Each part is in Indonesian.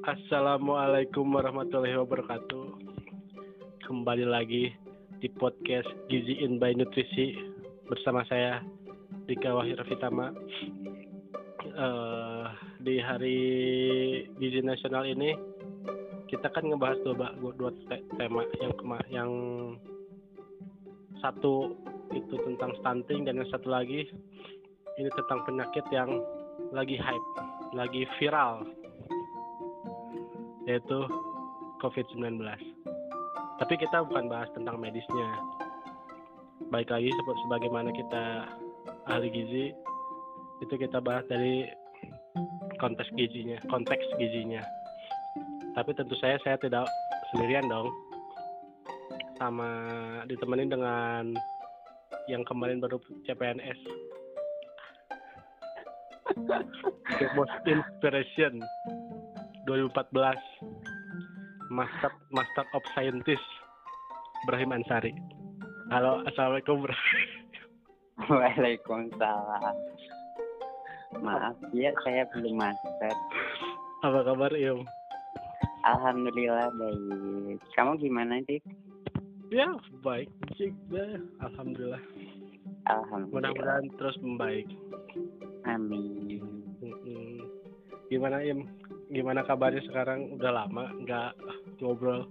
Assalamualaikum warahmatullahi wabarakatuh. Kembali lagi di podcast Gizi In by Nutrisi bersama saya Dika Wahyu Rafitama. Di hari Gizi Nasional ini kita kan ngebahas dua tema. Yang satu itu tentang stunting dan yang satu lagi ini tentang penyakit yang lagi hype, lagi viral, yaitu COVID-19. Tapi kita bukan bahas tentang medisnya. Baik lagi sebagaimana kita ahli gizi, itu kita bahas dari konteks gizinya. Tapi tentu saya tidak sendirian dong. Sama ditemani dengan yang kemarin baru CPNS. The Most Inspiration 2014, Master of Scientist, Ibrahim Ansari. Halo, assalamualaikum bro. Waalaikumsalam. Maaf ya, saya belum master. Apa kabar Im? Alhamdulillah baik. Kamu gimana Dik? Ya baik juga, alhamdulillah. Mudah-mudahan terus membaik. Amin. Gimana Im? Gimana kabarnya sekarang? Udah lama nggak ngobrol.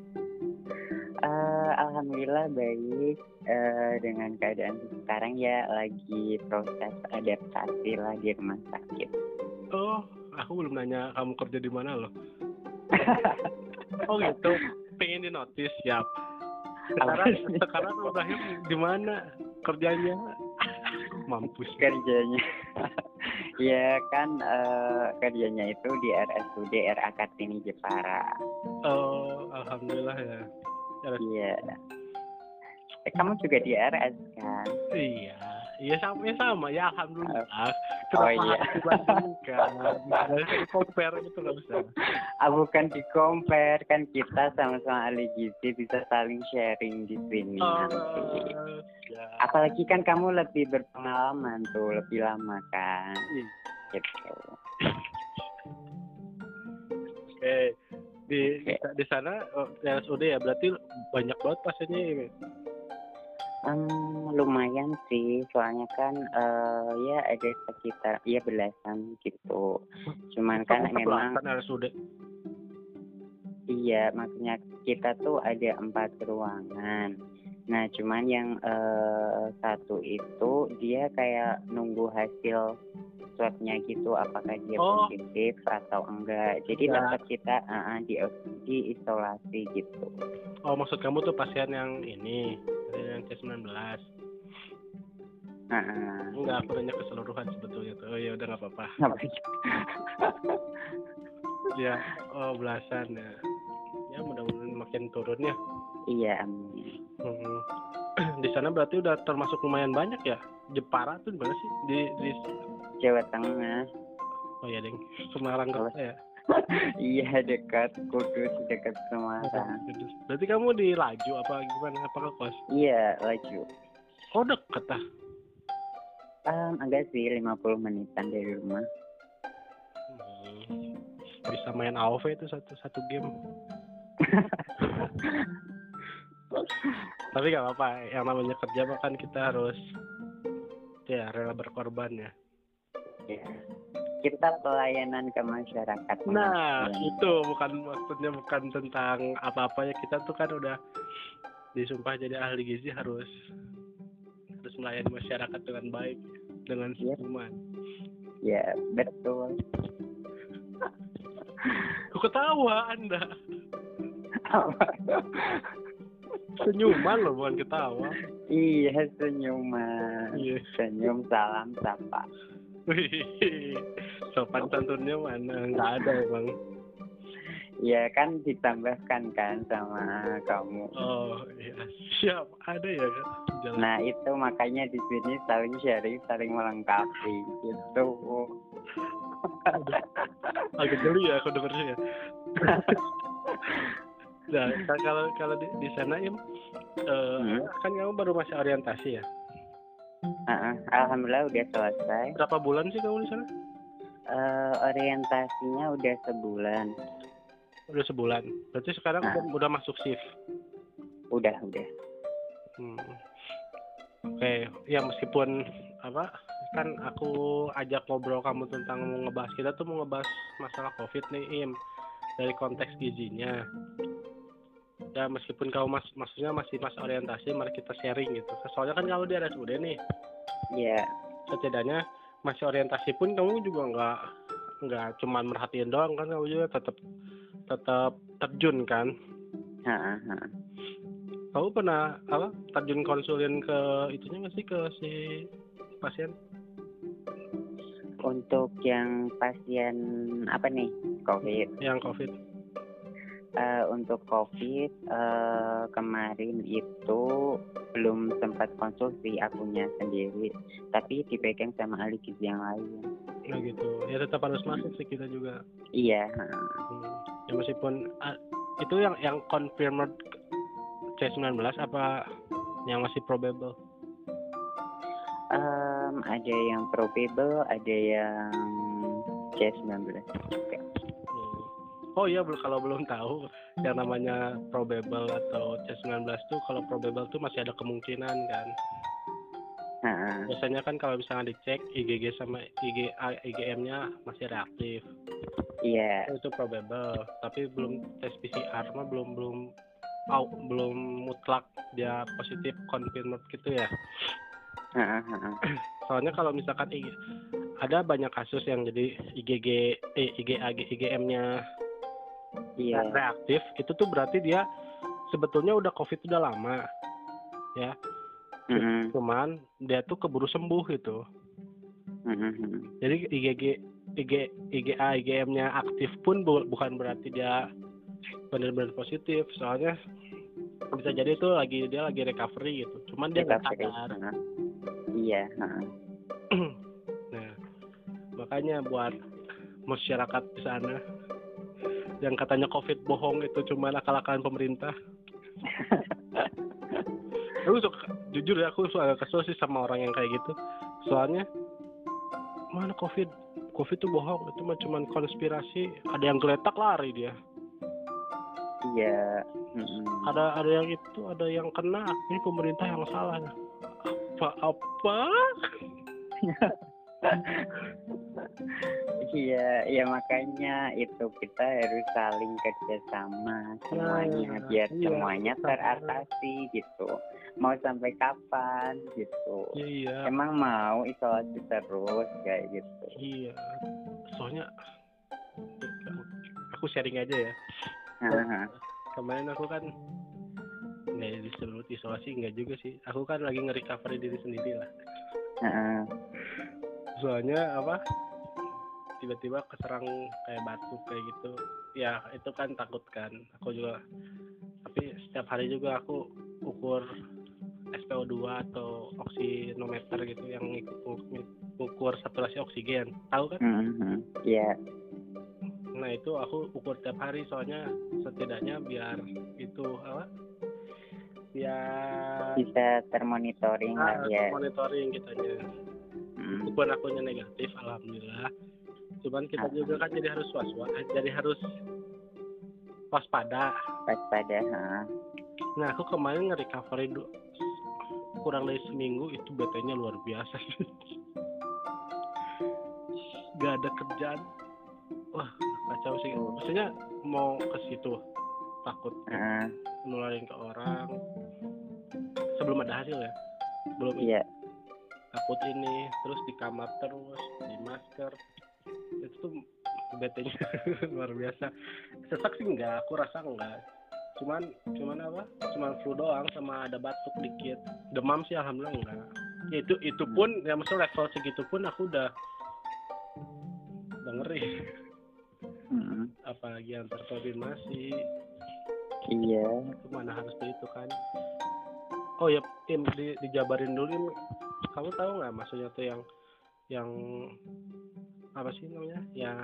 Alhamdulillah baik. Dengan keadaan sekarang ya lagi proses adaptasi lah di rumah sakit. Oh, aku belum nanya kamu kerja di mana loh. Oh gitu. Pengen di notis, siap. Sekarang Ibrahim di mana kerjanya? Mampus kerjanya. Ya kan kerjanya itu di RSUD RA Kartini Jepara. Oh, alhamdulillah ya. Iya. Kamu juga di RS kan? Iya sama ya alhamdulillah. Oh iya. Dibandingkan, dari compare itu nggak usah. Bukan di compare, kan kita sama-sama ahli gizi bisa saling sharing di sini nanti. Ya. Apalagi kan kamu lebih berpengalaman tuh, lebih lama kan? Gitu. Oke. Di sana RSUD ya, berarti banyak banget pasiennya ini. Lumayan sih, soalnya kan ya ada sekitar belasan gitu. Cuman kan memang RSUD. Iya, maksudnya kita tuh ada 4 ruangan. Nah, cuman yang satu itu dia kayak nunggu hasil swabnya gitu, apakah dia positif atau enggak. Jadi tetap kita di isolasi gitu. Oh, maksud kamu tuh pasien yang ini, yang C19? Enggak, aku nanya keseluruhan sebetulnya tuh. Oh ya udah nggak apa-apa. Ya, belasan ya. Ya mudah-mudahan makin turun ya. Iya, amin. Di sana berarti udah termasuk lumayan banyak ya. Jepara tuh di mana sih? Di Jawa Tengah. Oh ya, Deng. Semarang kota ya. Iya, dekat Kudus, dekat Semarang. Berarti kamu di Laju apa gimana? Apa ke kos? Iya, Laju. Oh, dekat ah. Enggak sih, 50 menitan dari rumah. Bisa main AoV itu satu game. Tapi nggak apa-apa, yang namanya kerja kan kita harus rela berkorban ya. Ya. Kita pelayanan ke masyarakat. Nah, itu maksudnya bukan tentang apa-apa ya, kita tuh kan udah disumpah jadi ahli gizi harus melayani masyarakat dengan baik, dengan senyuman. Ya, betul. Aku ketawa Anda. Senyuman loh, bukan ketawa. Iya, senyuman. Iya. Senyum, salam, sapa. Sopan santunnya mana? Nggak ada emang. Ya kan ditambahkan kan sama kamu. Oh iya, siap, ada ya kan. Jalan. Nah itu makanya di sini saling sharing, saling melengkapi gitu. Agak geli ya aku dengernya. Nah, kalau di sana ya, kan kamu baru masih orientasi ya? Alhamdulillah udah selesai. Berapa bulan sih kamu di sana? Orientasinya udah sebulan. Udah sebulan. Berarti sekarang udah masuk shift. Udah. Oke, ya meskipun apa kan aku ajak ngobrol kamu tentang mau ngebahas, kita tuh mau ngebahas masalah COVID nih Im, dari konteks gizinya. Ya meskipun kamu maksudnya masih orientasi, mari kita sharing gitu. Soalnya kan kalau di RSUD nih, Iya. setidaknya masih orientasi pun kamu juga nggak cuman merhatiin doang kan, kamu juga tetap terjun kan. Kamu pernah terjun konsulin ke itunya nggak sih, ke si pasien? Untuk yang pasien apa nih, COVID? Yang COVID. Untuk COVID kemarin itu belum sempat konsultasi akunya sendiri, tapi dipegang sama ahli gizi yang lain. Nah gitu, ya tetap harus masuk sih kita juga. Iya. Ya meskipun itu yang confirmed C19 apa yang masih probable? Ada yang probable, ada yang C19. Oh iya, kalau belum tahu yang namanya probable atau C19 tuh, kalau probable tuh masih ada kemungkinan kan. Biasanya kan kalau misalnya dicek IgG sama IgM-nya masih reaktif. Iya. Itu probable, tapi belum tes PCR mah belum mutlak dia positif confirmed gitu ya. Soalnya kalau misalkan ada banyak kasus yang jadi IgM-nya reaktif, itu tuh berarti dia sebetulnya udah COVID udah lama ya. Cuman dia tuh keburu sembuh gitu. Jadi IgM-nya aktif pun bukan berarti dia benar-benar positif. Soalnya bisa jadi itu dia lagi recovery gitu. Cuman dia nggak sadar. Iya. Nah, makanya buat masyarakat di sana yang katanya COVID bohong itu cuma akal-akalan pemerintah. Jujur ya, aku agak kesel sih sama orang yang kayak gitu. Soalnya mana COVID tuh bohong, itu mah cuma konspirasi. Ada yang geletak lari dia. Iya. Ada yang itu, ada yang kena, ini pemerintah yang salah. Apa? Iya, ya makanya itu kita harus saling kerjasama semuanya biar semuanya teratasi gitu. Mau sampai kapan gitu? Iya. Emang mau isolasi terus kayak gitu? Iya. Soalnya aku sharing aja ya. Kemarin aku kan nggak disebut isolasi, nggak juga sih. Aku kan lagi nge-recovery diri sendiri lah. Soalnya tiba-tiba keserang kayak batuk kayak gitu. Ya itu kan takut kan. Aku juga. Tapi setiap hari juga aku ukur SpO2 atau oksinometer gitu, yang ukur saturasi oksigen. Tahu kan? Iya. Nah itu aku ukur tiap hari, soalnya setidaknya biar itu biar bisa termonitoring lah ya. Monitoring kitanya. Walaupun akunya negatif, alhamdulillah. Cuman kita juga kan jadi harus waspada. Nah aku kemarin nge-recovery kurang dari seminggu, itu BT-nya luar biasa. Gak ada kerjaan. Wah kacau sih. Maksudnya mau ke situ takut nularin ke orang sebelum ada hasil ya. Belum. Iya. Takut ini, terus di kamar terus, di masker. Itu tuh BT-nya luar biasa. Sesak sih enggak, aku rasa enggak. Cuman flu doang sama ada batuk dikit. Demam sih alhamdulillah enggak. Ya itu pun ya maksudnya level segitu pun aku udah ngeri. Apalagi yang terkonfirmasi. Iya. Mana harus itu kan. Oh ya, dijabarin dulu. Kamu tahu nggak maksudnya tuh yang apa sih namanya?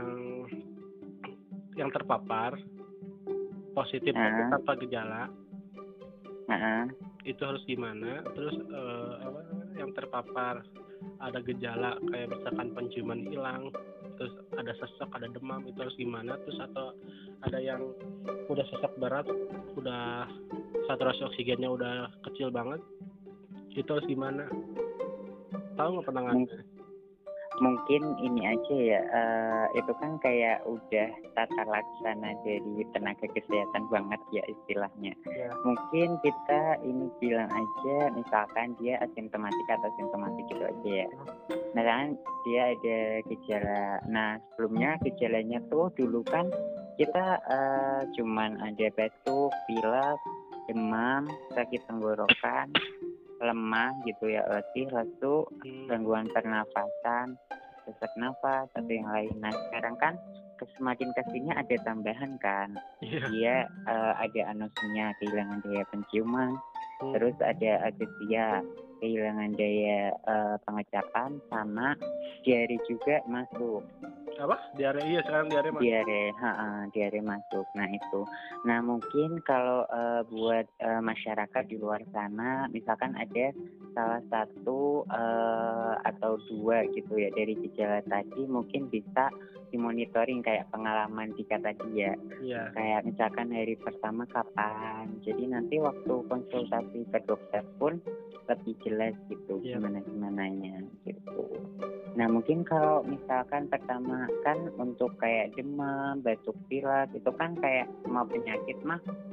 Yang terpapar positif tanpa gejala. Itu harus gimana? Terus yang terpapar ada gejala kayak misalkan penciuman hilang, terus ada sesak, ada demam, itu harus gimana? Terus atau ada yang udah sesak berat, udah saturasi oksigennya udah kecil banget, itu harus gimana? Tahu nggak penanganannya? Mungkin ini aja ya, itu kan kayak udah tata laksana dari tenaga kesehatan banget ya istilahnya. Ya. Mungkin kita ini bilang aja misalkan dia asimptomatik atau simptomatik gitu aja ya. Nah kan dia ada gejala. Nah sebelumnya gejalanya tuh dulu kan kita cuman ada batuk, pilek, demam, sakit tenggorokan, lemah gitu ya, letih, lesu, gangguan pernafasan, sesak nafas atau yang lain. Nah sekarang kan semakin kesini ada tambahan kan, dia ada anosmia, kehilangan daya penciuman, terus ada agesia, kehilangan daya pengecapan, sama diare juga masuk. Apa? Diare, iya sekarang diare masuk. Diare masuk. Nah itu. Nah mungkin kalau buat masyarakat di luar sana, misalkan ada salah satu atau dua gitu ya dari gejala tadi, mungkin bisa dimonitoring kayak pengalaman Dika tadi ya. Iya. Kayak misalkan hari pertama kapan. Jadi nanti waktu konsultasi ke dokter pun lebih jelas gitu gimana-gimananya gitu. Nah mungkin kalau misalkan pertama kan untuk kayak demam, batuk pilek itu kan kayak semua penyakit mah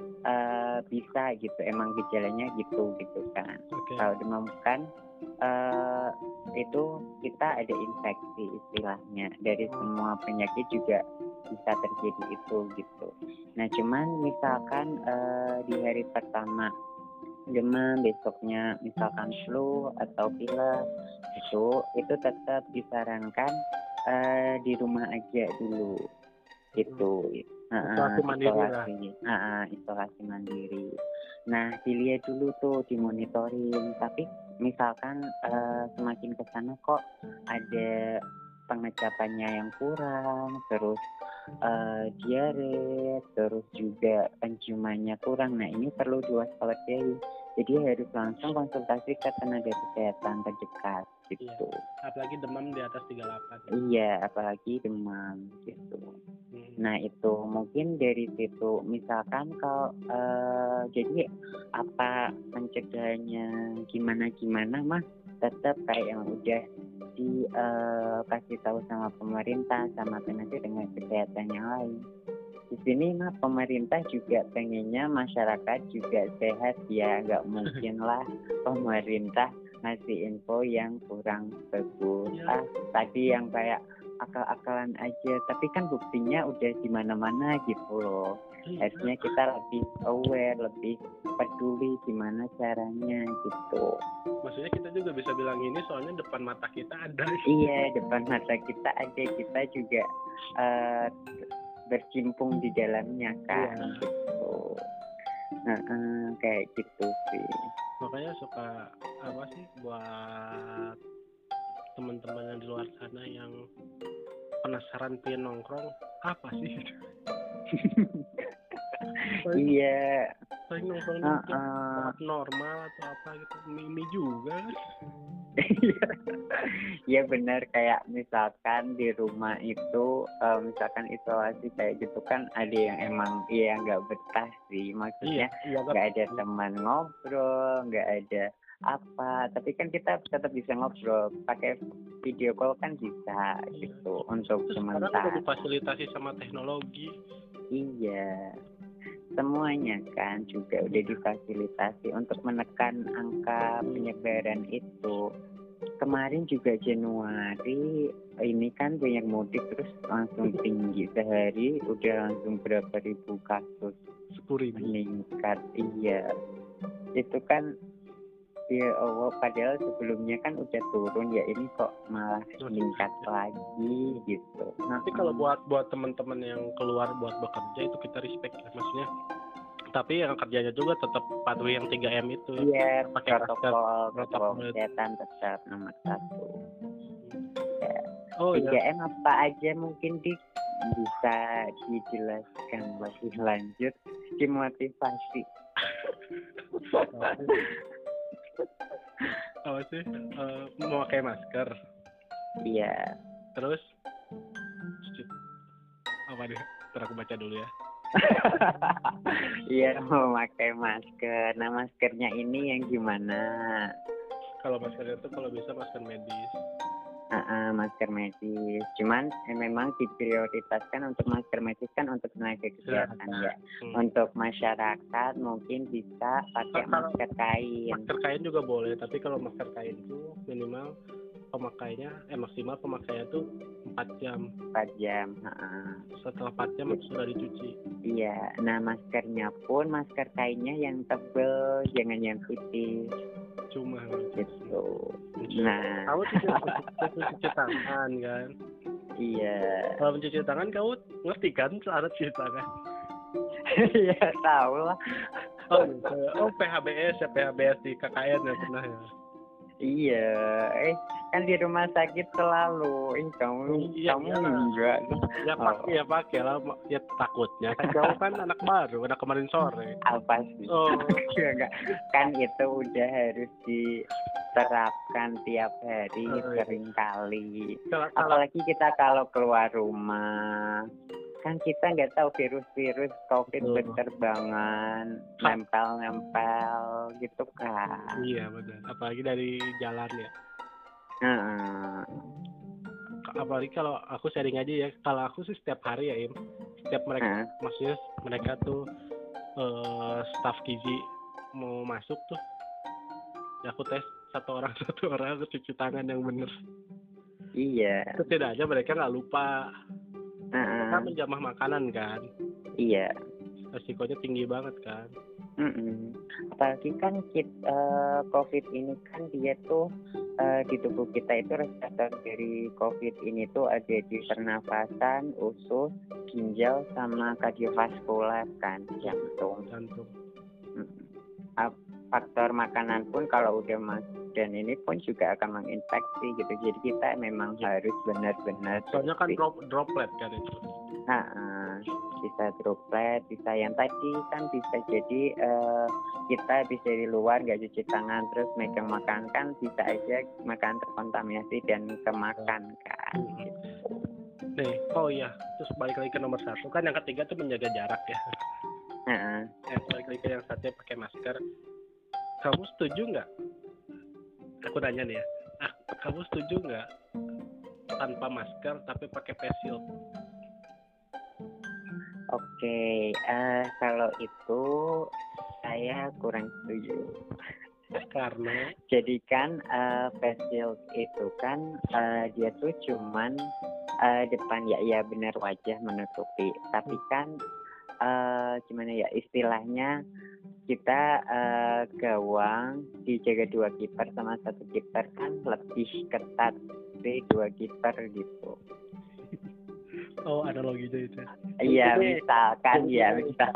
bisa gitu, emang gejalanya gitu kan. Kalau demam kan itu kita ada infeksi istilahnya, dari semua penyakit juga bisa terjadi itu gitu. Nah cuman misalkan di hari pertama demam, besoknya misalkan flu atau pilek, itu tetap disarankan di rumah aja dulu gitu. Isolasi mandiri. Nah dilihat dulu tuh, dimonitoring. Tapi misalkan semakin kesana kok ada pengecapannya yang kurang, terus diare, terus juga penciumannya kurang. Nah ini perlu diwaspadai. Jadi harus langsung konsultasi ke tenaga kesehatan terdekat gitu. Apalagi demam di atas 38. Iya, apalagi demam gitu. Nah itu mungkin dari situ. Misalkan kalau jadi apa pencegahannya gimana mah tetap kayak yang udah dikasih tahu sama pemerintah, sama tenaga kesehatan yang lain. Di sini mah pemerintah juga pengennya masyarakat juga sehat ya, nggak mungkin lah pemerintah ngasih info yang kurang bagus. Tadi yang kayak akal-akalan aja, tapi kan buktinya udah di mana-mana gitu loh. Harusnya kita lebih aware, lebih peduli gimana caranya gitu. Maksudnya kita juga bisa bilang ini soalnya depan mata kita ada. Iya, depan mata kita ada, kita juga bercimpung di dalamnya kan gitu. Kayak gitu sih. Makanya suka apa sih buat teman-teman yang di luar sana yang penasaran pengen nongkrong, apa sih? Iya. Paling nongkrong normal atau apa gitu, mimi juga kan? Iya benar, kayak misalkan di rumah itu misalkan isolasi kayak gitu kan ada yang emang nggak betah sih, maksudnya nggak ada teman ngobrol, nggak ada apa, tapi kan kita tetap bisa ngobrol pakai video call kan bisa gitu untuk sementara. Sekarang udah difasilitasi sama teknologi. Iya, semuanya kan juga udah difasilitasi untuk menekan angka penyebaran itu. Kemarin juga Januari ini kan banyak mudik terus langsung tinggi, sehari udah langsung berapa ribu kasus, 10.000 meningkat. Iya, itu kan ya Allah, padahal sebelumnya kan udah turun ya, ini kok malah meningkat lagi gitu. Nanti kalau buat teman-teman yang keluar buat bekerja itu kita respect ya, maksudnya. Tapi yang kerjanya juga tetap patuhi yang 3M itu. Iya, pakai protokol kesehatan tetap nomor 1. Ya. 3M apa aja mungkin bisa dijelaskan lebih lanjut, dimotivasi. apa sih memakai masker. Iya. Terus apa deh? Ntar aku baca dulu ya. Iya, memakai masker. Nah, maskernya ini yang gimana? Kalau masker itu kalau bisa masker medis. Masker medis. Cuman memang diprioritaskan untuk masker medis kan untuk tenaga kesehatan ya. Untuk masyarakat mungkin bisa pakai masker kain. Masker kain juga boleh, tapi kalau masker kain itu minimal pemakainya maksimal pemakaiannya tuh 4 jam. 4 jam. Setelah 4 jam itu sudah dicuci. Iya. Nah, maskernya pun masker kainnya yang tebel, jangan yang putih. Cuma gitu. Nah, kamu cuci tangan kan? Iya. Kalau mencuci tangan kamu ngerti kan cara cuci tangan? Iya, tahu lah. PHBS di KKN ya pernah ya? Iya, kan di rumah sakit selalu. Kamu enggak. Ya pakai lah. Ya takutnya kan kamu kan anak baru, anak kemarin sore. Apa sih? Enggak. Kan itu udah harus diterapkan tiap hari, sering kali. Apalagi kita kalau keluar rumah, kan kita nggak tahu virus-virus COVID berterbangan, nempel gitu kan. Iya benar. Apalagi dari jalan ya. Apalagi kalau aku sharing aja ya. Kalau aku sih setiap hari ya setiap mereka, maksudnya mereka tuh staff gizi mau masuk tuh, ya aku tes satu orang aku cuci tangan yang bener. Iya. Setidaknya mereka nggak lupa. Kan menjamah makanan kan. Iya. Resikonya tinggi banget kan. Apalagi kan COVID ini kan dia tuh di tubuh kita itu reseptor dari COVID ini tuh ada di pernafasan, usus, ginjal, sama kardiovaskular kan, jantung. Faktor makanan pun kalau udah masuk dan ini pun juga akan menginfeksi gitu. Jadi kita memang harus benar-benar. Soalnya kan droplet kan itu. Bisa droplet, bisa yang tadi kan bisa jadi kita bisa di luar nggak cuci tangan terus megang makan kan bisa aja makan terkontaminasi dan kemakan kan. Nih, terus balik lagi ke nomor 1 kan, yang ketiga tuh menjaga jarak ya. Balik lagi ke yang satunya pakai masker. Kamu setuju nggak? Aku nanya nih ya. Kamu setuju nggak tanpa masker tapi pakai face shield? Oke, kalau itu saya kurang setuju. Karena jadi kan face shield itu kan dia tuh cuman depan ya benar wajah menutupi, tapi kan gimana ya istilahnya, kita gawang dijaga 2 kiper sama 1 kiper kan lebih ketat dari 2 kiper gitu. Analoginya itu. Iya, misalkan ya.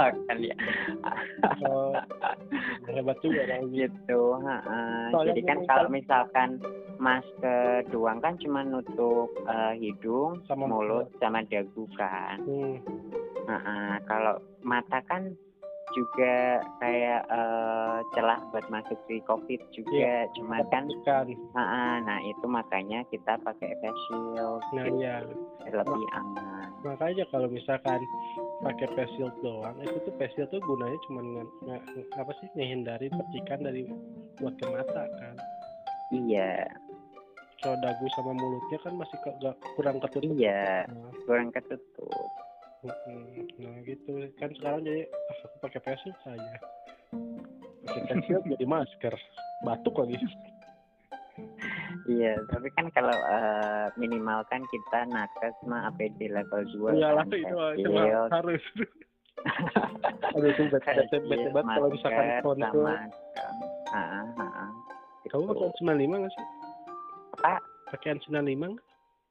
Hebat juga gitu. Jadi kan kalau misalkan masker doang kan cuma nutup hidung, sama mulut, sama dagu kan. Kalau mata kan juga kayak celah buat masuk si COVID juga, cuma kan nah itu makanya kita pakai face shield lebih aman. Makanya kalau misalkan pakai face shield doang, itu tuh face shield tuh gunanya cuma menghindari percikan dari buat ke mata kan. Iya. So dagu sama mulutnya kan masih kurang ketutup. Iya, kurang ketutup. Nah gitu kan, sekarang jadi aku pakai face shield saja, pakai face shield jadi masker, batuk lagi. Iya, tapi kan kalau minimal kan kita nakes mah APD level 2. Iyalah itu harus. Aduh itu bete banget kalau misalkan konsul. Kamu pakai N95 nggak sih? Pakai N95 nggak?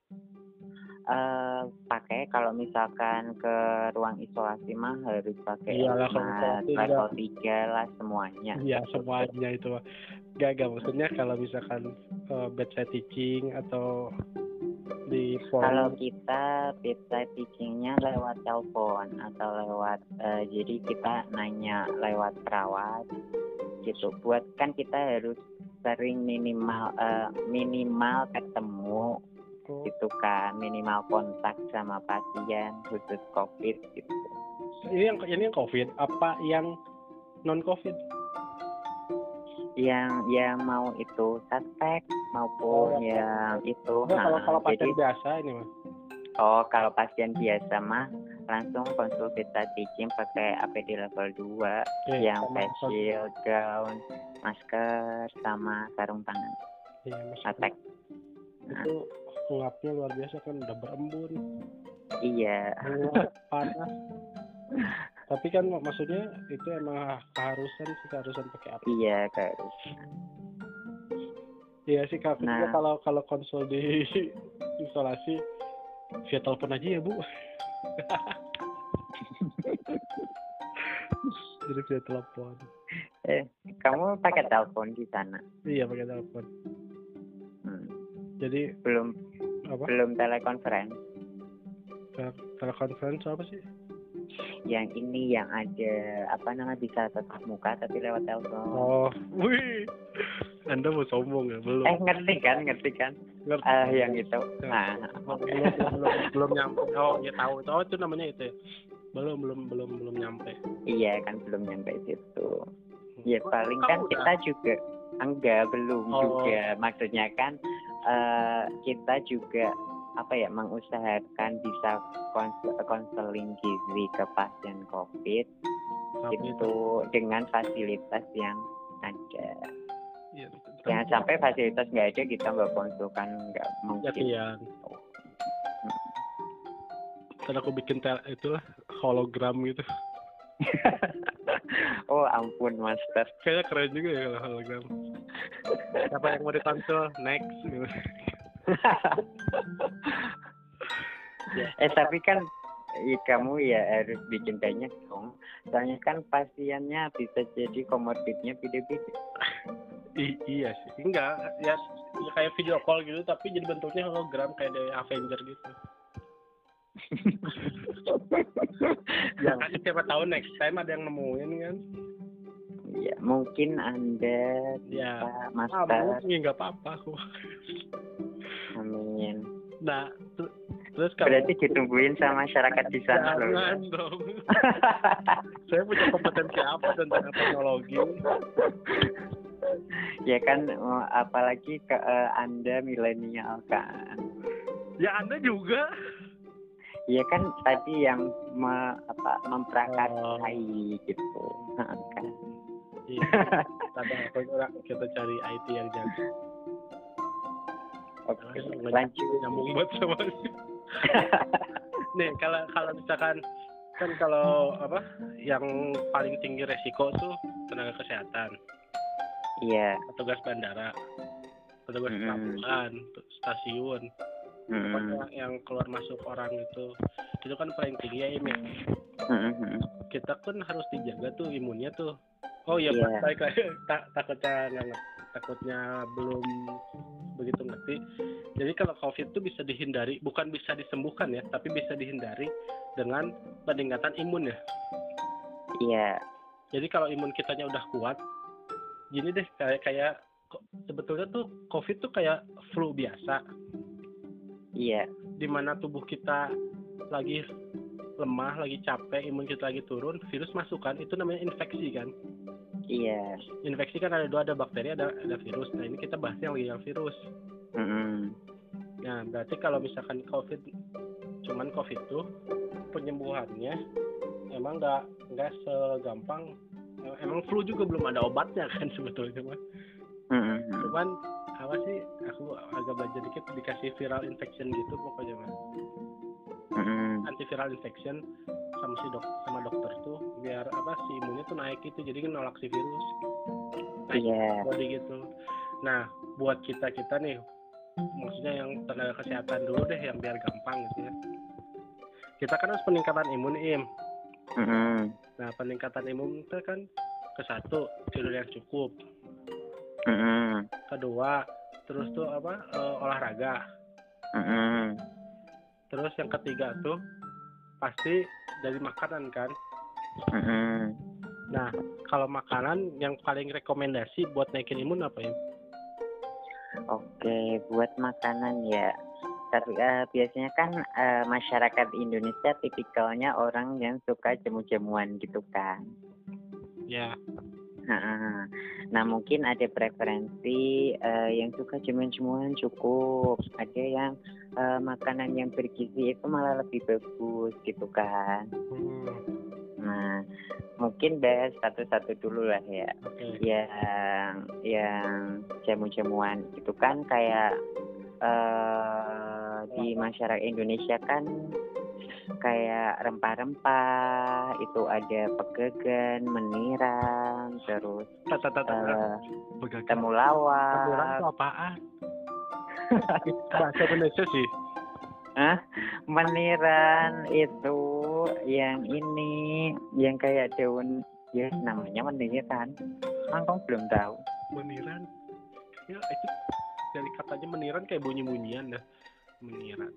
Pakai kalau misalkan ke ruang isolasi mah harus pakai level 3 lah semuanya. Iya semuanya itu gak maksudnya kalau misalkan bedside teaching atau di phone. Kalau kita bedside teachingnya lewat telepon atau lewat jadi kita nanya lewat perawat gitu. Buat kan kita harus sering minimal ketemu gitu kan, minimal kontak sama pasien khusus COVID gitu. Ini yang COVID apa yang non COVID? Yang mau itu suspek maupun yang itu. Kalau pasien jadi biasa ini mah. kalau pasien biasa mah langsung konsul kita teaching pakai APD level 2 yang face shield, gown, masker sama sarung tangan. Iya, attack. Itu ngapnya luar biasa kan, udah berembun. Iya. Panas. Tapi kan maksudnya itu emang keharusan pakai apa? Iya, keharusan. Iya sih Kak, kalau konsul di isolasi via telepon aja ya Bu. Jadi via telepon. Kamu pakai telepon di sana? Iya, pakai telepon. Jadi belum telekonferensi. Telekonferensi apa sih? Yang ini yang ada bisa tatap muka tapi lewat telepon. Oh, wih. Anda mau sombong ya? Belum. Ngerti kan? Ngerti. Yang itu. Belum nyampe. Oh, ya tahu. Oh, itu namanya itu ya. Belum nyampe. Iya kan, belum nyampe situ. Ya paling kan kita juga belum juga. Maksudnya kan kita juga mengusahakan bisa konseling gizi ke pasien COVID itu dengan fasilitas yang ada. Ya, jangan sampai fasilitas nggak ada kita nggak konsulkan, nggak mungkin. Ya. Karena aku bikin itulah hologram gitu. Oh ampun master. Kayaknya keren juga ya kalau hologram. Siapa yang mau dikonsul next gitu. Tapi kan kamu ya harus bikin banyak dong. Soalnya kan pasiennya bisa jadi komorbidnya beda-beda. Iya sih. Enggak, ya kayak video call gitu tapi jadi bentuknya hologram kayak dari Avenger gitu. Ya kan siapa tahu next time ada yang nemuin kan. Ya mungkin Anda ya master. Nggak apa-apa aku. Amin. Nah, terus berarti ditungguin sama masyarakat di sana loh. Jangan dong. Saya punya kompetensi apa tentang teknologi? Ya kan, apalagi ke Anda milenial kan. Ya Anda juga. Ya kan tadi yang memprakarsai gitu kan. Iya. Kita cari IT yang jago. Oke, lanjut. Nyambung banget sama nih kalau misalkan kan kalau yang paling tinggi resiko tuh tenaga kesehatan. Iya. Petugas bandara, petugas pelabuhan, stasiun, yang keluar masuk orang itu kan paling tinggi ya ini. Kita kan harus dijaga tuh imunnya tuh. Oh iya, baik lagi. Takutnya belum begitu ngerti. Jadi kalau COVID itu bisa dihindari, bukan bisa disembuhkan ya, tapi bisa dihindari dengan peningkatan imun ya. Iya. Jadi kalau imun kitanya udah kuat, gini deh kayak sebetulnya tuh COVID tuh kayak flu biasa. Iya. Dimana tubuh kita lagi lemah, lagi capek, imun kita lagi turun, virus masuk kan, itu namanya infeksi kan. Iya. Infeksi kan ada dua, ada bakteri, ada virus. Nah ini kita bahasnya yang virus. Nah berarti kalau misalkan cuman COVID tuh penyembuhannya emang nggak segampang. Emang flu juga belum ada obatnya kan sebetulnya mah. Cuman apa sih? Aku agak belajar dikit, dikasih viral infection gitu pokoknya mah. Antiviral infection sama dokter tuh biar si imunnya tuh naik gitu, jadi nolak si virus. Body gitu. Nah buat kita nih, maksudnya yang tenaga kesehatan dulu deh, yang biar gampang gitu ya. Kita kan harus peningkatan imun Nah peningkatan imun itu kan ke-1 tidur yang cukup. Kedua terus tuh olahraga. Terus yang ketiga tuh pasti dari makanan kan. Nah kalau makanan yang paling rekomendasi buat naikin imun apa ya? Oke, buat makanan ya. Tapi biasanya kan masyarakat Indonesia tipikalnya orang yang suka jamu-jamuan gitu kan. Ya. Nah, mungkin ada preferensi yang suka jamu-jamuan cukup. Ada yang makanan yang bergizi itu malah lebih bagus gitu kan. Nah, mungkin bahas satu-satu dulu lah ya. Oke. Yang jamu-jamuan itu kan kayak di masyarakat Indonesia kan kayak rempah-rempah itu ada pegagan, meniran, terus Begagan. temulawak. Temulawak itu apaan? Bahasa Indonesia sih. Meniran itu yang ini, yang kayak daun, ya namanya meniran. Kamu belum tahu? Meniran. Ya itu dari katanya meniran kayak bunyi-bunyian dah. Meniran.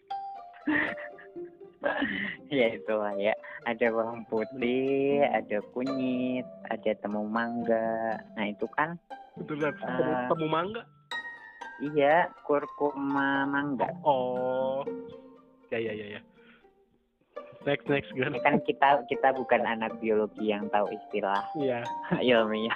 Ya itulah ya, ada bawang putih, ada kunyit, ada temu mangga. Nah itu kan Betul kan? Temu mangga. iya, kurkuma mangga. Oh. Ya. Next kan. Ini kan kita bukan anak biologi yang tahu istilah Iya. ilmiah.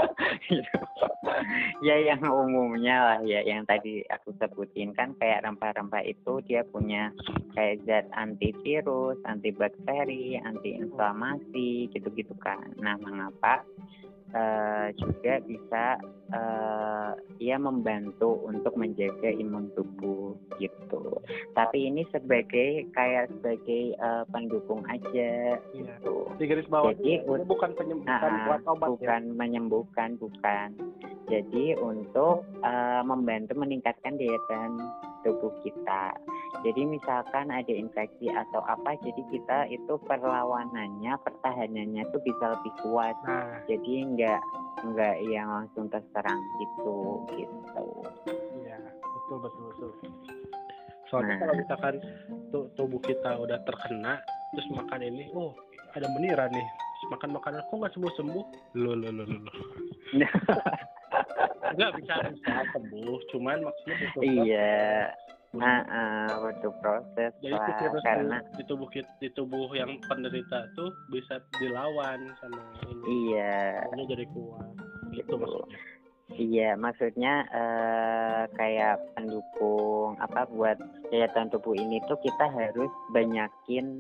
Ya yang umumnya lah ya, yang tadi aku sebutin kan kayak rempah-rempah itu dia punya kayak zat antivirus, antibakteri, antiinflamasi gitu-gitu kan. Nah, mengapa juga bisa ia membantu untuk menjaga imun tubuh gitu. Tapi ini sebagai pendukung aja gitu. Di garis bawah jadi bukan penyembuhan buat obat bukan ya? menyembuhkan, bukan. Jadi untuk membantu meningkatkan daya tahan tubuh kita. Jadi misalkan ada infeksi atau apa, jadi kita itu perlawanannya, pertahanannya itu bisa lebih kuat. Nah. Jadi enggak yang langsung terserang gitu. Iya, betul. Soalnya kalau misalkan tubuh kita udah terkena, terus makan ini, ada meniran nih, terus makan makanan kok nggak sembuh. Loh. Nggak bisa sembuh, cuman maksudnya butuh iya. Butuh proses. Jadi virus karena di tubuh yang penderita tuh bisa dilawan sama ini. Iya. Ini jadi kuat. Itu maksudnya. Iya, maksudnya kayak pendukung buat daya tahan tubuh ini tuh kita harus banyakin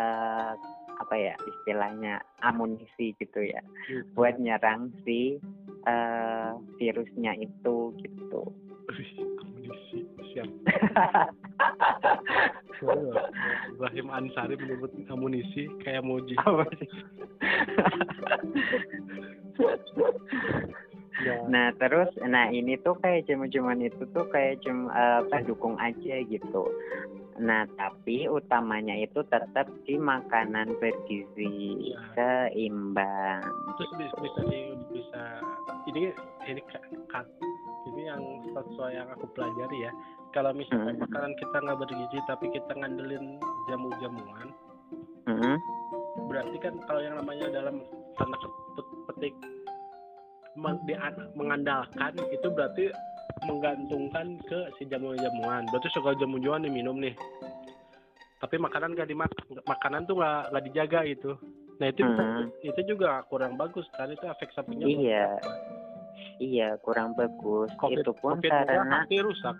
istilahnya amunisi gitu ya, buat nyerang si virusnya itu gitu. Amunisi siap. Ibrahim Ansari menyebut amunisi kayak muji. Nah terus, ini tuh kayak jamu-jamuan itu tuh kayak pendukung aja gitu. Nah tapi utamanya itu tetap di makanan bergizi seimbang. Terus bisa ini yang sesuai yang aku pelajari ya. Kalau misalkan makanan kita nggak bergizi tapi kita ngandelin jamu-jamuan, berarti kan kalau yang namanya dalam tanda petik mengandalkan itu berarti menggantungkan ke si jamu-jamuan. Berarti segala jamu-jamuan diminum nih, tapi makanan makanan tuh nggak dijaga itu. Nah itu juga kurang bagus kan, itu efek sampingnya. Iya kurang bagus. COVID, itu pun COVID karena hati rusak.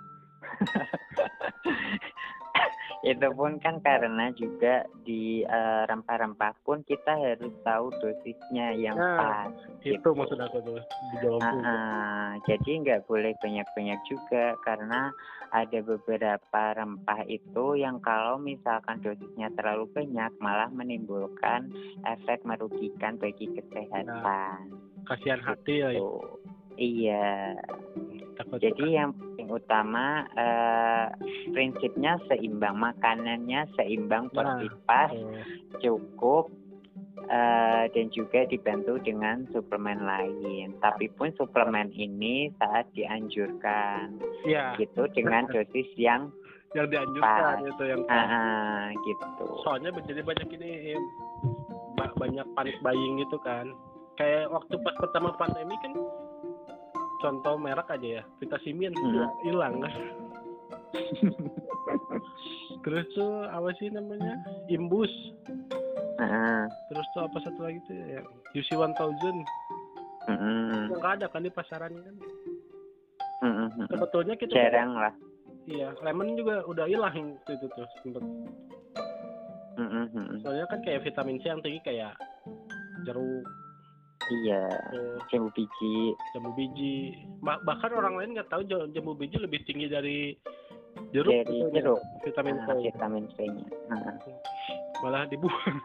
Itu pun kan karena juga di rempah-rempah pun kita harus tahu dosisnya yang pas. Itu gitu. Maksud aku tuh dijawab. Jadi nggak boleh banyak-banyak juga, karena ada beberapa rempah itu yang kalau misalkan dosisnya terlalu banyak malah menimbulkan efek merugikan bagi kesehatan. Kasihan hati ya. Iya. Jadi yang paling utama prinsipnya seimbang, makanannya seimbang, porsi pas, cukup, dan juga dibantu dengan suplemen lain. Tapi pun suplemen ini saat dianjurkan, gitu dengan dosis yang dianjurkan pas. Itu yang gitu. Soalnya jadi banyak panic buying gitu kan. Kayak waktu pas pertama pandemi kan contoh merek aja ya, Vitamin hilang kan. Terus tuh apa sih namanya, Imbus. Terus tuh apa satu lagi tuh yang UC 1000. Nggak ada kan di pasaran kan. Sebetulnya kita jarang lah. Iya, lemon juga udah hilang itu tuh sempet. Soalnya kan kayak vitamin C yang tinggi kayak jeruk. Iya, jambu biji. Bahkan orang lain nggak tahu jambu biji lebih tinggi dari jeruk. Vitamin C. Vitamin C-nya. Malah dibuang.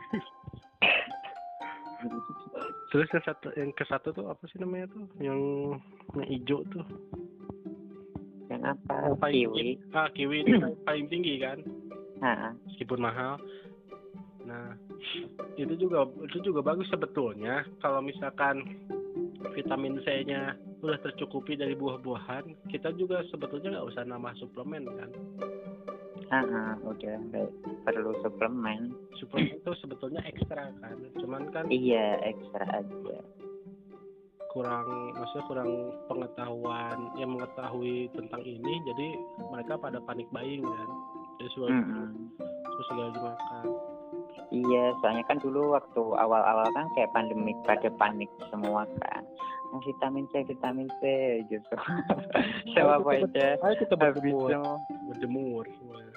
Terus yang ke satu tuh apa sih namanya tuh? Yang hijau tuh. Yang apa? Kiwi. Kiwi itu paling tinggi kan? Meskipun mahal. Nah, itu juga bagus sebetulnya kalau misalkan vitamin C-nya udah tercukupi dari buah-buahan, kita juga sebetulnya nggak usah nambah suplemen kan? Udah nggak perlu suplemen. Suplemen itu sebetulnya ekstra kan, cuman kan? Iya, ekstra aja. Kurang pengetahuan yang mengetahui tentang ini, jadi mereka pada panik buying kan, jadi segala dimakan. Iya, soalnya kan dulu waktu awal-awal kan kayak pandemik pada panik semua kan. Vitamin C gitu. Sama apa aja. Ayo kita berjemur semuanya.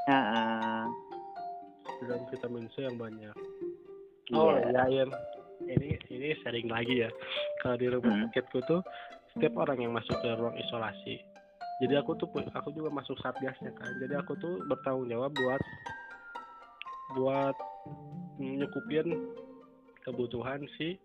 Dan vitamin C yang banyak. Iya. Ini sharing lagi ya. Kalau di rumah sakitku tuh setiap orang yang masuk ke ruang isolasi. Jadi aku juga masuk satgasnya kan. Jadi aku tuh bertanggung jawab buat nyukupin kebutuhan si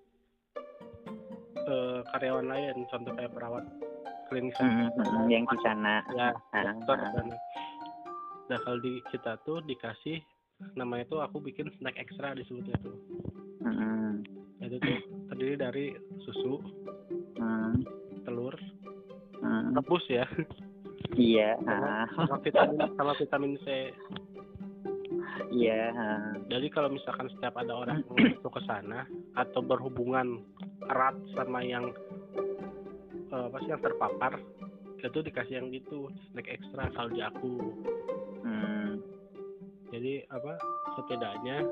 karyawan lain, contoh kayak perawat klinis yang di sana. Ya, dokter dan. Nah kalau di kita tuh dikasih namanya tuh aku bikin snack ekstra disebutnya tuh. Itu tuh terdiri dari susu, telur, rebus ya. Iya. Sama vitamin C. Iya. Jadi kalau misalkan setiap ada orang yang masuk ke sana atau berhubungan erat sama yang yang terpapar, itu dikasih yang gitu snack ekstra kalau di aku. Jadi setidaknya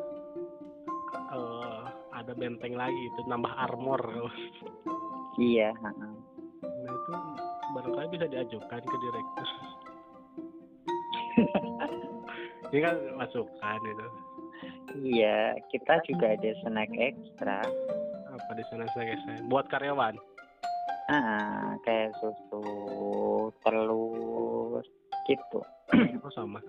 ada benteng lagi itu, nambah armor. Iya. Nah itu barangkali bisa diajukan ke direktur. Ini kan masukan itu. Iya, kita juga ada snack ekstra. Apa di sana snack ekstra? Buat karyawan? Kayak susu, telur, gitu. Oh sama.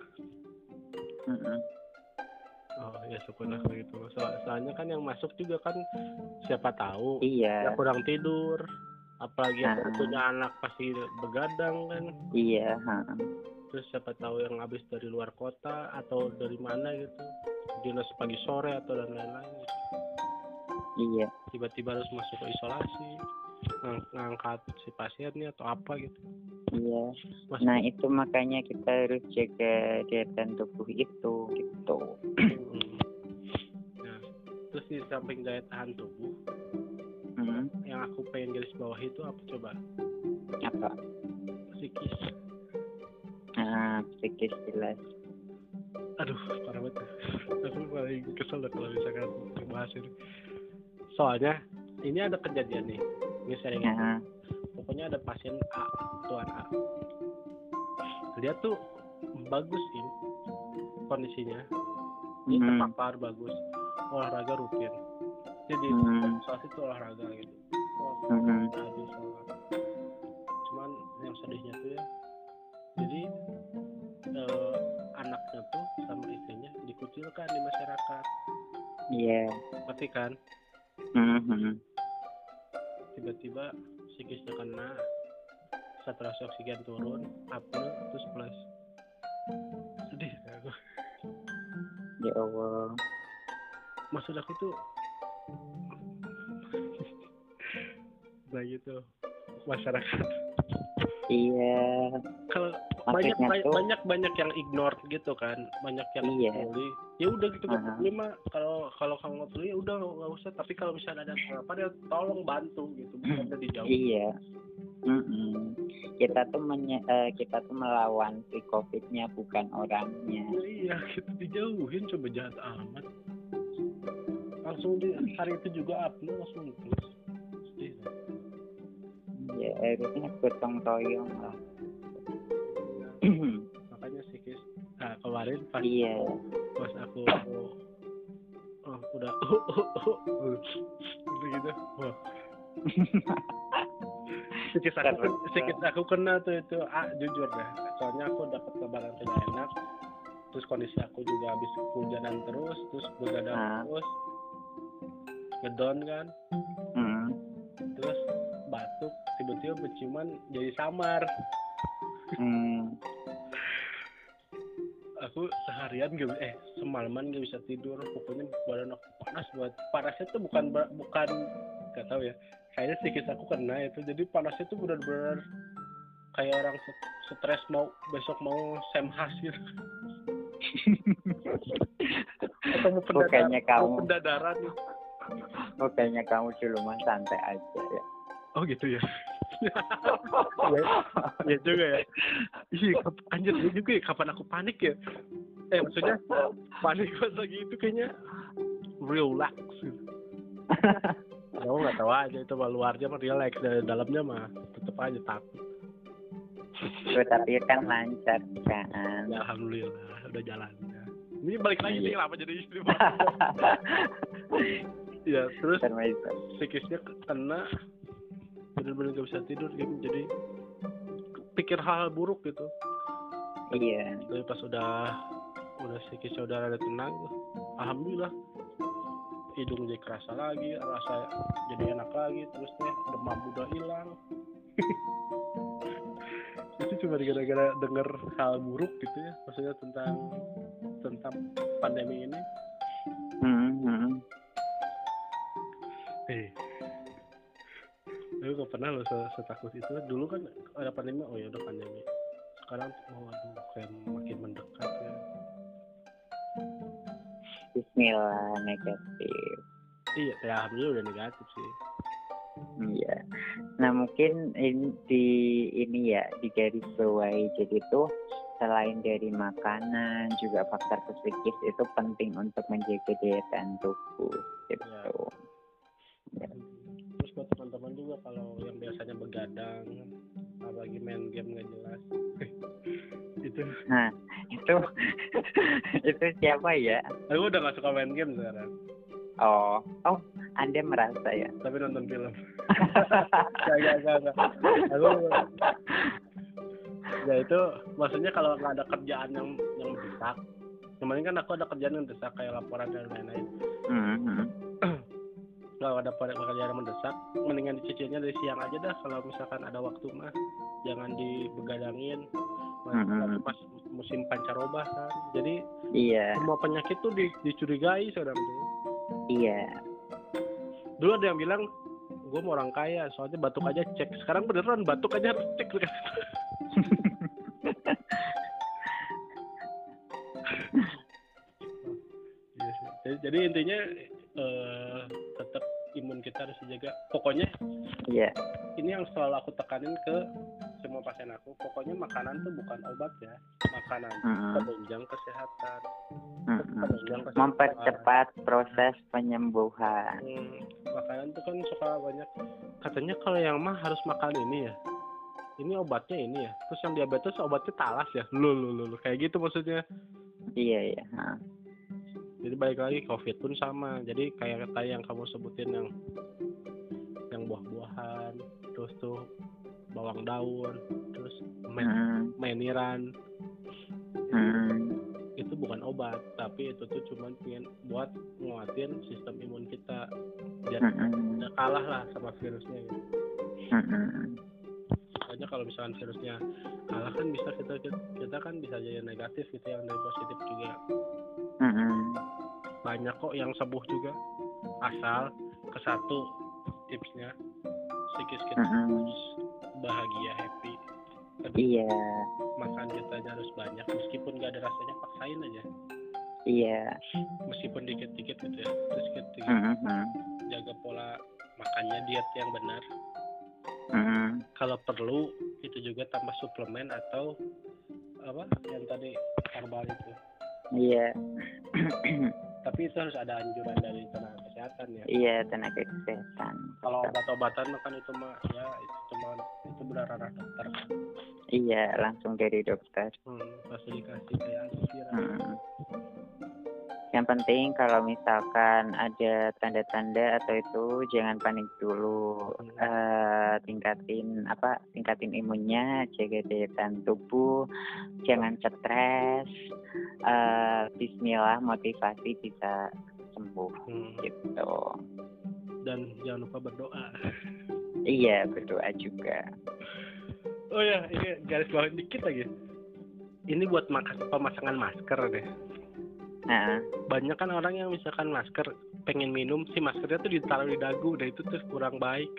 Oh ya syukurlah gitu. Soalnya kan yang masuk juga kan siapa tahu. Iya. Ya kurang tidur. Apalagi yang punya anak pasti begadang kan. Iya. Terus siapa tahu yang habis dari luar kota atau dari mana gitu, dinas pagi sore atau dan lain-lain gitu. Iya. Tiba-tiba harus masuk ke isolasi, ngangkat si pasiennya atau apa gitu. Iya. Nah itu makanya kita harus jaga daya tahan tubuh itu gitu. Nah, terus di samping daya tahan tubuh, yang aku pengen garis bawah itu apa coba? Apa? Psikis. Psikis jelas. Aduh, parah banget. Aku paling kesel kalau misalkan bahas ini. Soalnya ini ada kejadian nih. Ini sharingnya. Pokoknya ada pasien A, tuan A. Dia tuh bagus ini kondisinya. Dia terpapar bagus, olahraga rutin. Jadi isolasi itu olahraga gitu. Tadi sholat. Cuman yang sedihnya tuh ya, jadi anaknya tuh sama istrinya dikucilkan di masyarakat. Iya. Ngerti kan? Tiba-tiba psikisnya kena, saturasi oksigen turun, apne, terus plus. Sedih aku. Ya Allah. Maksud aku tuh nah gitu masyarakat. Iya. Kalau banyak yang ignore gitu kan, banyak yang Iya. peduli. Ya udah gitu kan, mah kalau kamu nggak peduli ya udah nggak usah. Tapi kalau misalnya ada apa ya tolong bantu gitu, bukan dari jauh. Iya. Kita tuh melawan si COVID-nya, bukan orangnya. Iya, kita dijauhin, coba jahat amat. Langsung di hari itu juga upload langsung terus. Ya harusnya gotong royong lah. Makanya psikis. Nah kemarin pas aku udah gitu. Wah. Psikis aku kena tuh itu jujur deh. Soalnya aku dapat kabar tidak enak. Terus kondisi aku juga habis hujanan terus begadang terus, ngedown kan. Terus batuk, tiba-tiba penciuman jadi samar. Aku seharian semalaman gak bisa tidur. Pokoknya badan aku panas banget. Panasnya tuh bukan gak tahu ya. Kayaknya psikis aku kena itu. Jadi panasnya tuh benar-benar kayak orang stres besok mau semhas gitu. Atau mau pendadaran. Kayaknya kamu dulu mah santai aja ya. Oh gitu ya. Ya juga ya. Iya, anjir juga ya, kapan aku panik ya? Maksudnya panik pas lagi itu kayaknya relax gitu. Kamu nggak tahu aja itu luarnya mah relax, dari dalamnya mah tetap aja takut. Tapi kan lancar kan. Ya, alhamdulillah udah jalannya. Ini balik lagi sih kenapa jadi istri. Ya terus psikisnya kena, benar-benar gak bisa tidur gitu, jadi pikir hal buruk gitu. Iya. Tapi pas udah psikisnya udah ada tenang, alhamdulillah hidung jadi kerasa lagi, rasa jadi enak lagi, terus demam udah hilang. Itu cuma gara-gara denger hal buruk gitu ya, maksudnya tentang pandemi ini. Aku gak pernah loh setakut itu. Dulu kan ada pandemi, oh ya udah pandemi. Sekarang kayak makin mendekat ya. Bismillah, negatif. Iya, ya alhamdulillah udah negatif sih. Iya. Nah mungkin ini ya di garis bawahi, jadi tuh selain dari makanan juga faktor psikis itu penting untuk menjaga daya tahan tubuh gitu. Ya. Terus buat teman-teman juga kalau yang biasanya begadang, apalagi main game nggak jelas, itu. Nah itu siapa ya? Aku udah nggak suka main game sekarang. Oh, Anda merasa ya? Tapi nonton film. Gak. Aku ya itu maksudnya kalau nggak ada kerjaan yang mendesak. Kemarin kan aku ada kerjaan yang mendesak kayak laporan dan lain-lain. Kalau ada pekerjaan yang mendesak, mendingan dicicilnya dari siang aja dah. Kalau misalkan ada waktu mah, jangan dibegadangin. Pas musim pancaroba kan, jadi semua penyakit tuh dicurigai sekarang tuh. Iya. Dulu ada yang bilang, gue mau orang kaya, soalnya batuk aja cek. Sekarang beneran batuk aja harus cek. Jadi intinya tetap imun kita harus dijaga. Pokoknya ini yang selalu aku tekanin ke semua pasien aku. Pokoknya makanan tuh bukan obat ya. Makanan penunjang kesehatan. Mempercepat proses penyembuhan. Makanan tuh kan suka banyak. Katanya kalau yang mah harus makan ini ya. Ini obatnya ini ya. Terus yang diabetes obatnya talas ya. Lu kayak gitu maksudnya. Iya. Jadi balik lagi COVID pun sama. Jadi kayak yang kamu sebutin yang buah-buahan, terus tuh bawang daun, terus meniran. Itu bukan obat, tapi itu tuh cuma buat nguatin sistem imun kita biar tidak kalah lah sama virusnya gitu. Soalnya kalau misalkan virusnya kalah kan bisa kita kan bisa jadi negatif gitu, yang dari positif juga. Banyak kok yang sembuh juga, asal ke satu tipsnya psikis kita harus bahagia, happy. Iya. Makan kitanya harus banyak, meskipun nggak ada rasanya paksain aja. Iya. Meskipun dikit-dikit gitu ya, terus dikit-dikit. Jaga pola makannya, diet yang benar. Kalau perlu itu juga tambah suplemen atau apa yang tadi herbal itu. Iya. Tapi itu harus ada anjuran dari tenaga kesehatan ya. Iya, tenaga kesehatan. Kalau obat-obatan kan itu mah ya itu benar ranah dokter. Iya, langsung dari dokter. Pasti dikasih kayak antiviral. Yang penting kalau misalkan ada tanda-tanda atau itu jangan panik dulu. Tingkatin imunnya, jaga daya tahan tubuh, jangan stres. Bismillah, motivasi bisa sembuh gitu. Dan jangan lupa berdoa. Iya, berdoa juga. Oh ya, ini garis bawah dikit lagi. Ini buat pemasangan masker deh. Banyak kan orang yang misalkan masker pengen minum, si maskernya tuh ditaruh di dagu, dan itu tuh kurang baik.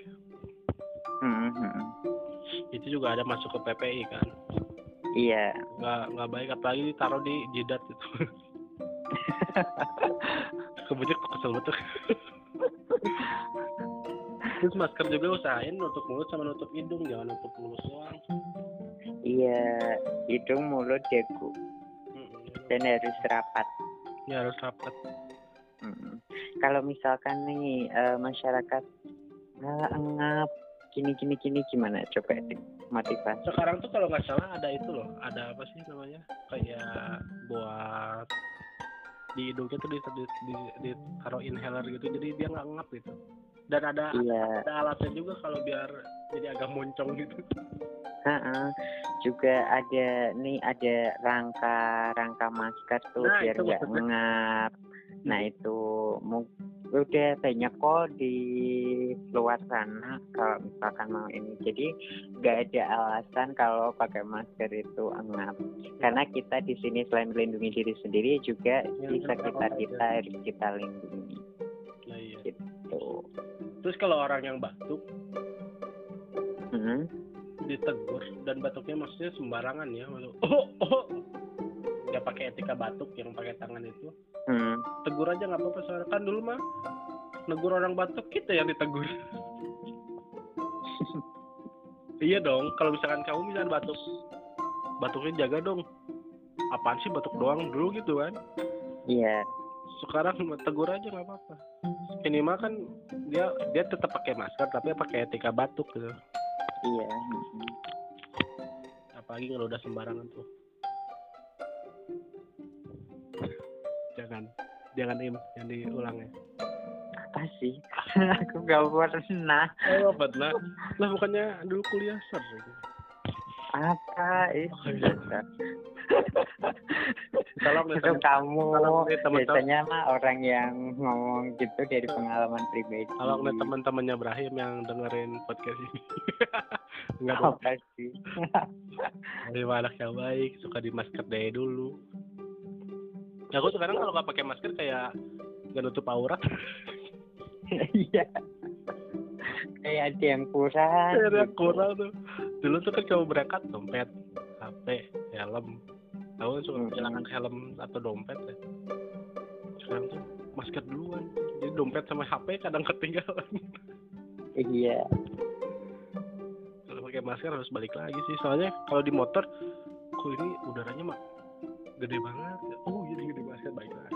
Itu juga ada masuk ke PPI kan. Iya. Nggak baik, apalagi ditaruh di jidat itu. Kemudian kesel betul. Terus masker juga usahain nutup mulut sama nutup hidung, jangan nutup mulut doang. Iya, hidung, mulut, dagu. Dan harus rapat. Ya harus rapat. Kalau misalkan nih masyarakat engap gini gimana, coba motivasi. Sekarang tuh kalau nggak salah ada itu loh, ada apa sih namanya, kayak buat di hidungnya tuh ditaruh inhaler gitu, jadi dia nggak ngap gitu. Dan ada alatnya juga kalau biar jadi agak moncong gitu. Juga ada rangka masker tuh biar nggak ngap. Nah itu udah banyak kok di luar sana kalau misalkan mau ini. Jadi nggak ada alasan kalau pakai masker itu ngap. Karena kita di sini selain melindungi diri sendiri juga di sekitar kita harus kita lindungi. Nah, iya. Gitu. Terus kalau orang yang batuk ditegur, dan batuknya maksudnya sembarangan ya, nggak pakai etika batuk yang pakai tangan itu, tegur aja nggak apa-apa. Soalnya kan dulu mah negur orang batuk kita yang ditegur. Iya dong, kalau misalkan kamu batuknya jaga dong, apaan sih batuk doang dulu gitu kan. Iya. Sekarang tegur aja nggak apa-apa. Minimal kan dia tetap pakai masker tapi pakai etika batuk gitu. Iya. Apalagi kalau udah sembarangan tuh. Jangan jangan diulang ya. Apa sih? Aku gak pernah. Oh, pernah. Lah bukannya dulu kuliah ser gitu. Apa itu? Tolong itu kamu biasanya mah orang yang ngomong gitu dari pengalaman pribadi. Kalau nih teman-temannya Ibrahim yang dengerin podcast ini. Enggak apa sih? Dari anak yang baik, suka di masker dari dulu. Aku sekarang kalau nggak pakai masker kayak nggak nutup aurat. Iya. Kayak ada yang kurang. Ada yang kurang tuh. Dulu tuh kan cuma berangkat dompet, HP, helm. Aku suka kehilangan helm atau dompet ya. Sekarang tuh masker duluan. Jadi dompet sama HP kadang ketinggalan. Iya. Kalau pakai masker harus balik lagi sih. Soalnya kalau di motor, kok ini udaranya mah gede banget. Oh jadi gede masker balik lagi.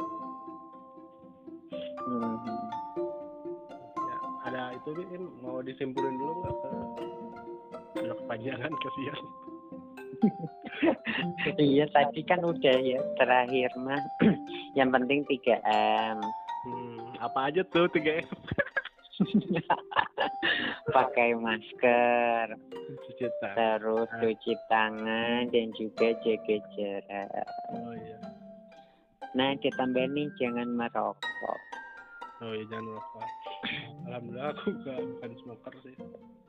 Ya, ada itu mau disimpulin dulu nggak ke udah kepanjangan kasihan. Iya tadi kan udah ya terakhir mah. Yang penting 3M. Apa aja tuh 3M? Pakai masker, terus tangan. Cuci tangan dan juga jaga jarak. Oh iya. Nah ditambah nih jangan merokok. Oh iya jangan merokok. Alhamdulillah aku bukan smoker sih.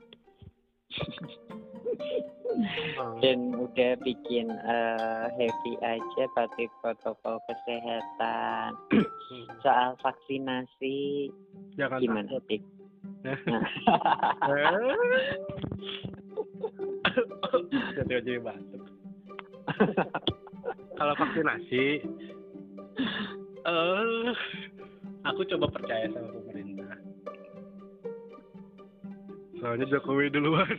Dan udah bikin happy aja patuhi protokol kesehatan. Soal vaksinasi jangan gimana Tik? Jadi batuk. Kalau vaksinasi, aku coba percaya sama pemerintah. Soalnya Jokowi duluan.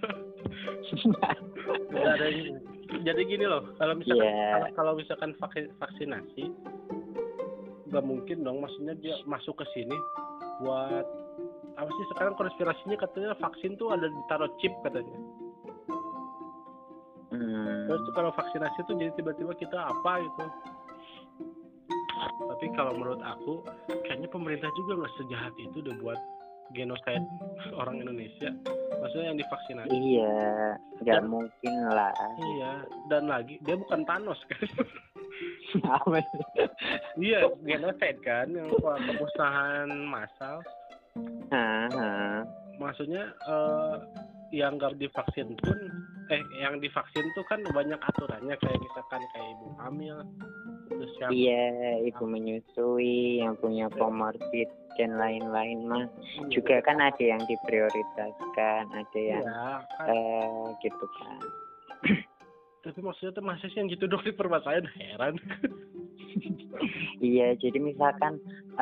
Jadi gini loh, kalau misalkan vaksinasi, nggak mungkin dong. Maksudnya dia masuk ke sini buat apa sih? Sekarang konspirasinya katanya vaksin tuh ada ditaruh chip katanya. Terus kalau vaksinasi tuh jadi tiba-tiba kita apa gitu. Tapi kalau menurut aku, kayaknya pemerintah juga nggak sejahat itu udah buat genocide orang Indonesia. Maksudnya yang divaksinasi. Iya, nggak mungkin lah. Iya, dan lagi dia bukan Thanos kan. Iya, genocide kan, yang pemusnahan massal. Maksudnya yang nggak divaksin pun, yang divaksin tuh kan banyak aturannya, kayak misalkan kayak ibu hamil, terus yang ibu menyusui, yang punya comorbid dan lain-lain mah juga kan ada yang diprioritaskan, ada yang gitu kan. Tapi maksudnya tuh masa sih yang gitu dong dipermasalahin, heran. Iya, jadi misalkan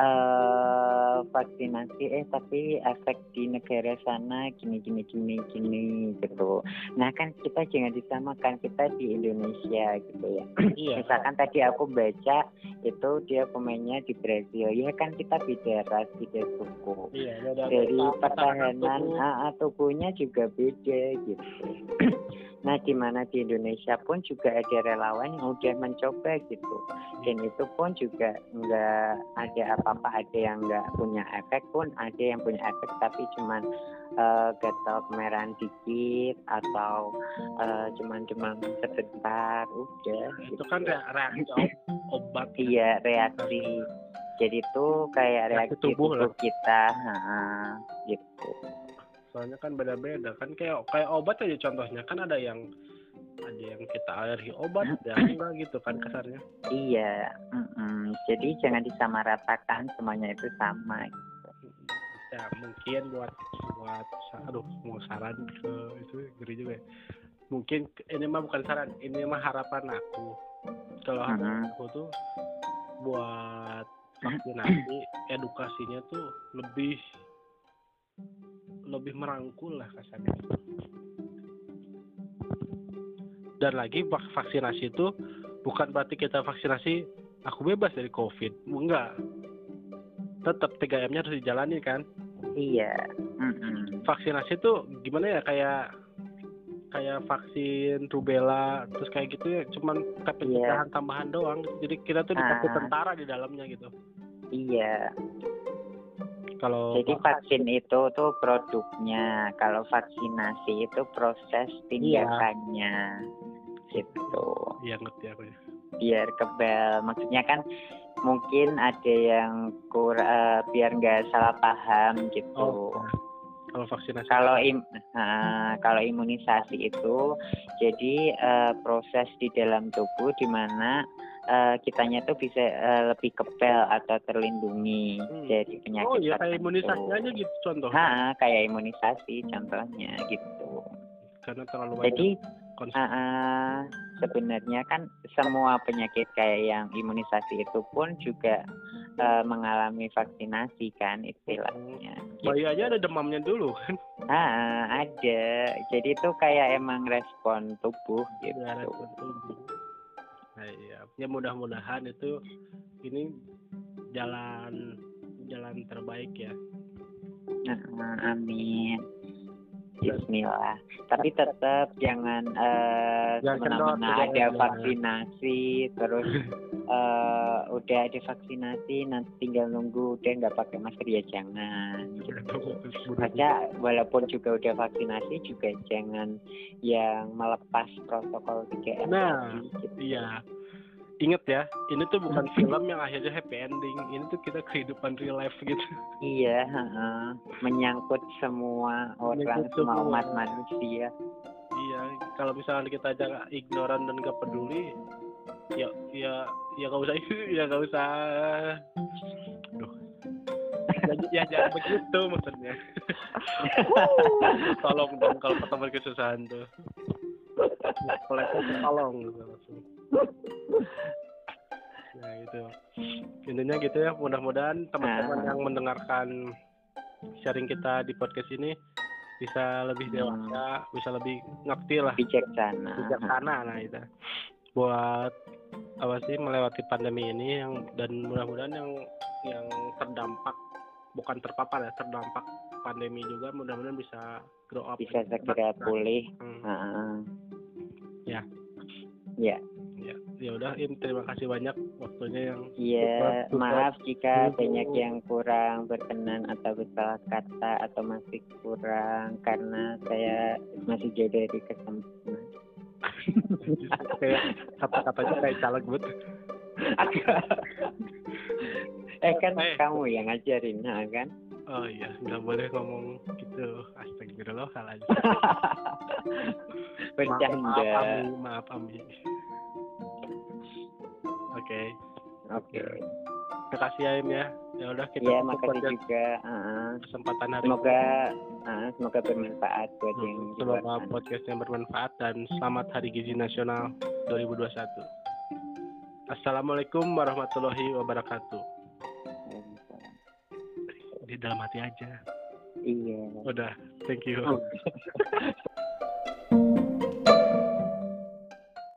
vaksinasi tapi efek di negara sana gini gitu. Nah kan kita jangan disamakan, kita di Indonesia gitu ya. Iya. Misalkan tadi aku baca itu dia pemainnya di Brazil, ya kan kita beda ras, beda suku. Iya, dari pertahanan tubuhnya juga beda gitu. Nah, di mana di Indonesia pun juga ada relawan yang udah mencoba gitu, dan itu pun juga nggak ada apa-apa, ada yang nggak punya efek pun, ada yang punya efek tapi cuman gatal kemerahan dikit atau cuman sebentar, udah. Itu kan reaksi obat. Iya, reaksi. Jadi itu kayak reaksi tubuh kita, gitu. Soalnya kan beda-beda kan, kayak obat aja contohnya kan ada yang kita alergi obat, ya enggak gitu kan kasarnya. Iya, jadi jangan disamaratakan, semuanya itu sama. Gitu. Ya mungkin buat mau saran ke itu ngeri juga. Mungkin ini mah bukan saran, ini mah harapan aku. Kalau harapan aku tuh buat vaksinasi, edukasinya tuh lebih merangkul lah kasarnya. Dan lagi vaksinasi itu bukan berarti kita vaksinasi aku bebas dari COVID, enggak. Tetap 3M-nya harus dijalani kan? Iya. Vaksinasi itu gimana ya, kayak vaksin rubella terus kayak gitu ya, cuman pencegahan tambahan doang. Jadi kita tuh dikasih tentara di dalamnya gitu. Iya. Jadi vaksin itu tuh produknya, kalau vaksinasi itu proses tindakannya, gitu. Iya, ngerti aku ya. Biar kebal, maksudnya kan mungkin ada yang biar nggak salah paham gitu. Kalau vaksinasi. Kalau imunisasi itu jadi proses di dalam tubuh di mana kitanya tuh bisa lebih kebal atau terlindungi dari penyakit. Oh iya, kayak imunisasi aja gitu contohnya. Kayak imunisasi contohnya gitu. Karena terlalu banyak. Jadi sebenarnya kan semua penyakit kayak yang imunisasi itu pun juga mengalami vaksinasi kan istilahnya. Bayi aja ada demamnya dulu kan? Ada. Jadi itu kayak emang respon tubuh gitu. Ya, respon tubuh. Nah, ya mudah-mudahan itu ini jalan terbaik ya. Amin. Bismillah. Tapi tetap jangan semena-mena ada vaksinasi terus udah ada vaksinasi nanti tinggal nunggu udah nggak pakai masker, ya jangan. Baca walaupun juga udah vaksinasi juga jangan yang melepas protokol 3M. Nah, gitu. Iya. Ingat ya, ini tuh bukan film yang akhirnya happy ending. Ini tuh kita kehidupan real life gitu. Iya, menyangkut semua orang, semua umat manusia. Iya, kalau misalnya kita aja ignoran dan gak peduli, ya nggak usah. Aduh. Ya jangan begitu maksudnya. Tolong dong kalau ketemu kesusahan tuh. Koleksi tolong langsung. Nah itu intinya gitu ya, mudah-mudahan teman-teman yang mendengarkan sharing kita di podcast ini bisa lebih dewasa, bisa lebih ngerti lah, bijaksana nah itu buat apa sih melewati pandemi ini dan mudah-mudahan yang terdampak bukan terpapar ya, terdampak pandemi juga mudah-mudahan bisa grow up, bisa segera pulih. Ya udah, terima kasih banyak waktunya yang maaf jika banyak yang kurang berkenan atau bersalah kata atau masih kurang karena saya masih jauh dari kesempurnaan. Kayak kata-katanya kayak caleg buat. Kamu yang ngajarin kan? Oh iya, nggak boleh ngomong gitu. Astagfirullahaladzim. Bercanda. Maaf Ami. Oke. Terima kasih ya Im ya. Ya udah kita. Iya, makasih juga. Kesempatan hari semoga bermanfaat buat yang semoga podcastnya bermanfaat dan selamat Hari Gizi Nasional 2021. Assalamualaikum warahmatullahi wabarakatuh. Di dalam hati aja. Iya. Udah, thank you.